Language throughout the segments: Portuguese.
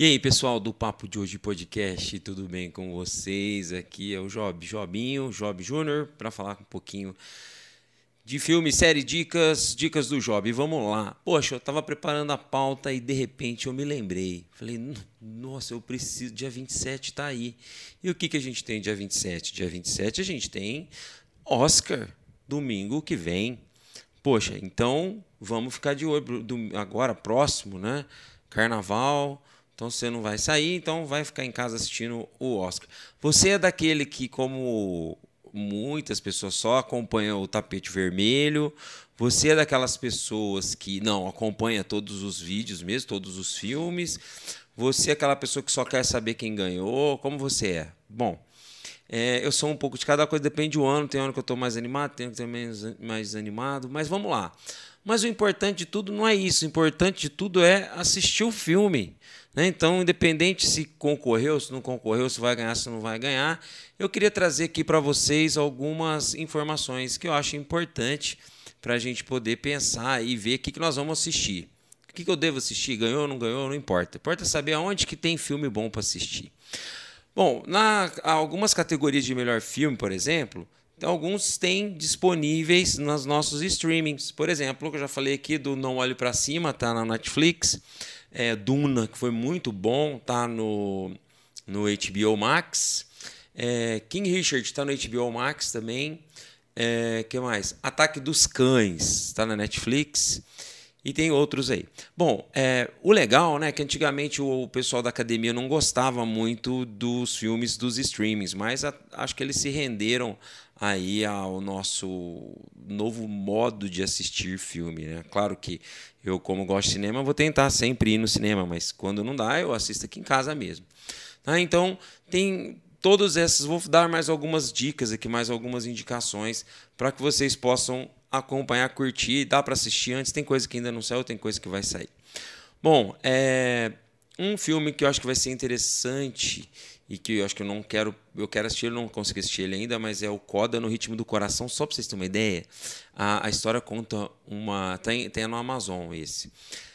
aí, pessoal do Papo de Hoje Podcast, tudo bem com vocês? Aqui é o Job Júnior, para falar um pouquinho de filme, série, dicas do Job. Vamos lá. Poxa, eu estava preparando a pauta e de repente eu me lembrei. Falei, nossa, eu preciso, dia 27 tá aí. E o que a gente tem dia 27? Dia 27 a gente tem Oscar, domingo que vem. Poxa, então vamos ficar de olho agora, próximo, né? Carnaval. Então você não vai sair, então vai ficar em casa assistindo o Oscar. Você é daquele que, como muitas pessoas, só acompanha o tapete vermelho. Você é daquelas pessoas que não acompanha todos os vídeos mesmo, todos os filmes. Você é aquela pessoa que só quer saber quem ganhou. Como você é? Bom, eu sou um pouco de cada coisa, depende do ano. Tem ano que eu estou mais animado, tem ano que eu estou mais animado. Mas vamos lá. Mas o importante de tudo não é isso. O importante de tudo é assistir o filme. Então, independente se concorreu, se não concorreu, se vai ganhar, se não vai ganhar, eu queria trazer aqui para vocês algumas informações que eu acho importante para a gente poder pensar e ver o que nós vamos assistir. O que eu devo assistir? Ganhou ou não ganhou? Não importa. Importa saber aonde que tem filme bom para assistir. Bom, algumas categorias de melhor filme, por exemplo, alguns têm disponíveis nos nossos streamings. Por exemplo, eu já falei aqui do Não Olhe Para Cima, tá na Netflix. Duna, que foi muito bom, tá no HBO Max. King Richard está no HBO Max também. Que mais? Ataque dos Cães está na Netflix. E tem outros aí. Bom, o legal, né, é que antigamente o pessoal da academia não gostava muito dos filmes dos streamings, mas acho que eles se renderam aí ao nosso novo modo de assistir filme, né? Claro que eu, como gosto de cinema, vou tentar sempre ir no cinema, mas quando não dá, eu assisto aqui em casa mesmo. Tá? Então, tem todos esses. Vou dar mais algumas dicas aqui, mais algumas indicações para que vocês possam acompanhar, curtir. Dá para assistir antes, tem coisa que ainda não saiu, tem coisa que vai sair. Bom, um filme que eu acho que vai ser interessante e que eu acho que eu quero assistir, eu não consegui assistir ele ainda, mas é o Coda no Ritmo do Coração. Só para vocês terem uma ideia, a história conta tem no Amazon esse.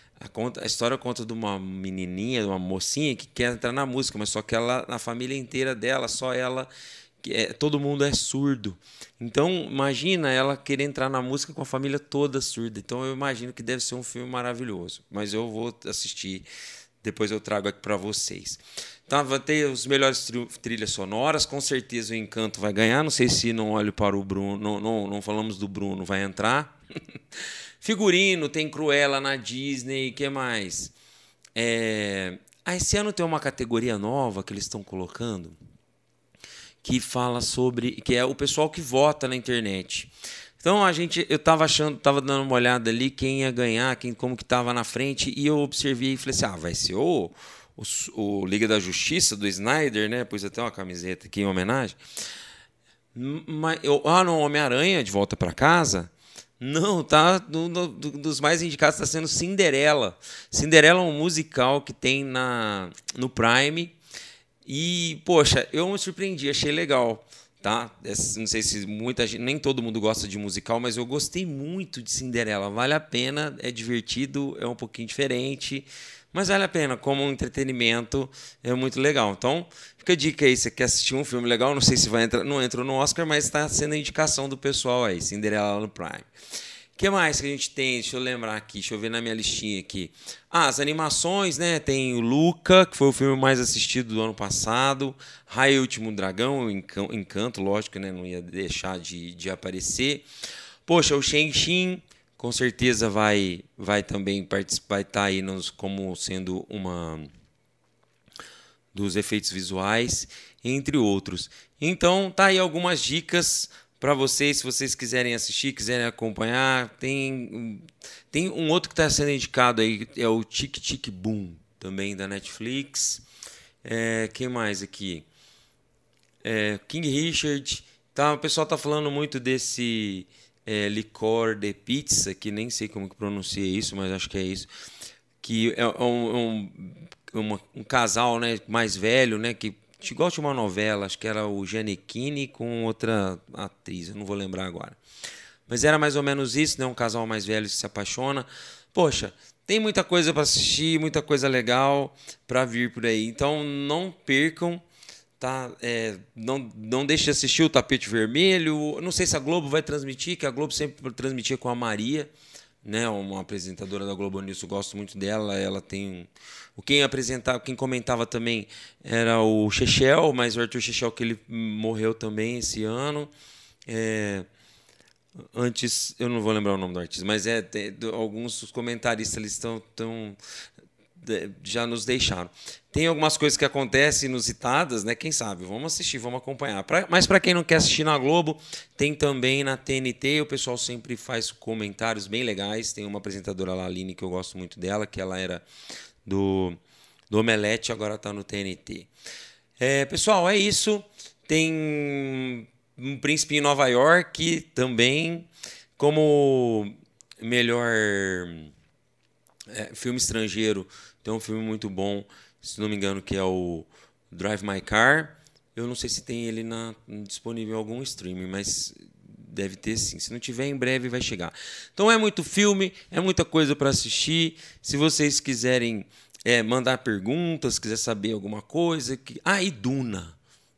A história conta de uma menininha, de uma mocinha que quer entrar na música, mas só que ela, na família inteira dela, só ela, todo mundo é surdo. Então, imagina ela querer entrar na música com a família toda surda. Então, eu imagino que deve ser um filme maravilhoso. Mas eu vou assistir, depois eu trago aqui para vocês. Então, vai ter os melhores trilhas sonoras. Com certeza o Encanto vai ganhar. Não sei se Não Olho para o Bruno. Não falamos do Bruno, vai entrar. Figurino, tem Cruella na Disney. O que mais? Esse ano tem uma categoria nova que eles estão colocando, que fala sobre, que é o pessoal que vota na internet. Então eu estava dando uma olhada ali quem ia ganhar, como que estava na frente, e eu observei e falei assim, vai ser o Liga da Justiça do Snyder, né? Pus até uma camiseta aqui em homenagem. No Homem-Aranha de Volta para Casa. Não, tá. Dos mais indicados está sendo Cinderela. Cinderela é um musical que tem no Prime. E, poxa, eu me surpreendi, achei legal, tá? Não sei se muita gente, nem todo mundo gosta de musical, mas eu gostei muito de Cinderela. Vale a pena, é divertido, é um pouquinho diferente, mas vale a pena, como um entretenimento, é muito legal. Então, fica a dica aí, você quer assistir um filme legal, não sei se vai entrar, não entrou no Oscar, mas está sendo a indicação do pessoal aí, Cinderela no Prime. O que mais que a gente tem? Deixa eu lembrar aqui, deixa eu ver na minha listinha aqui. As animações, né? Tem o Luca, que foi o filme mais assistido do ano passado. Raya e o Último Dragão, o Encanto, lógico, né? Não ia deixar de aparecer. Poxa, o Shang-Chi, com certeza vai também participar, vai estar aí como sendo uma dos efeitos visuais, entre outros. Então, tá aí algumas dicas para vocês, se vocês quiserem assistir, quiserem acompanhar. Tem um outro que está sendo indicado aí, é o Tic Tic Boom, também da Netflix. Quem mais aqui? King Richard. Tá, o pessoal está falando muito desse Licor de Pizza, que nem sei como que pronuncia isso, mas acho que é isso. Que é um casal, né, mais velho, né, que igual tinha uma novela, acho que era o Gianecchini com outra atriz, eu não vou lembrar agora. Mas era mais ou menos isso, né? Um casal mais velho que se apaixona. Poxa, Tem muita coisa para assistir, muita coisa legal para vir por aí. Então não percam, tá? Não deixe de assistir o Tapete Vermelho. Não sei se a Globo vai transmitir, que a Globo sempre transmitia com a Maria, né? Uma apresentadora da Globo News, eu gosto muito dela. Ela tem quem comentava também era o Chechel, mas o Arthur Chechel que ele morreu também esse ano. Antes, eu não vou lembrar o nome do artista, mas alguns dos comentaristas eles já nos deixaram. Tem algumas coisas que acontecem inusitadas, né? Quem sabe? Vamos assistir, vamos acompanhar. Mas para quem não quer assistir na Globo, tem também na TNT. O pessoal sempre faz comentários bem legais. Tem uma apresentadora lá, Aline, que eu gosto muito dela, que ela era do Omelete, agora está no TNT. Pessoal, é isso. Tem um Príncipe em Nova York também, como melhor filme estrangeiro. Tem um filme muito bom, se não me engano, que é o Drive My Car. Eu não sei se tem ele disponível em algum streaming, mas deve ter sim. Se não tiver, em breve vai chegar. Então é muito filme, é muita coisa para assistir. Se vocês quiserem mandar perguntas, quiser saber alguma coisa... e Duna.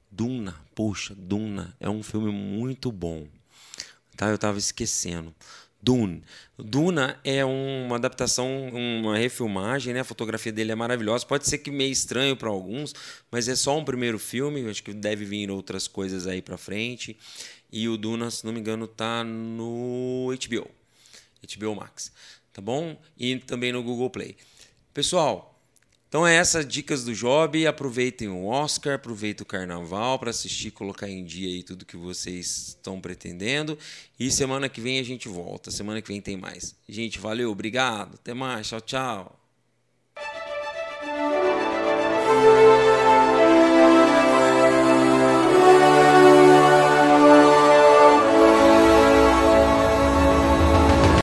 Duna é um filme muito bom. Tá? Eu estava esquecendo. Duna é uma adaptação, uma refilmagem, né? A fotografia dele é maravilhosa. Pode ser que meio estranho para alguns, mas é só um primeiro filme. Acho que deve vir outras coisas aí para frente. E o Duna, se não me engano, tá no HBO Max, tá bom? E também no Google Play. Pessoal, então essas dicas do Job. Aproveitem o Oscar, aproveitem o Carnaval para assistir, colocar em dia aí tudo que vocês estão pretendendo. E semana que vem a gente volta. Semana que vem tem mais. Gente, valeu, obrigado. Até mais. Tchau, tchau.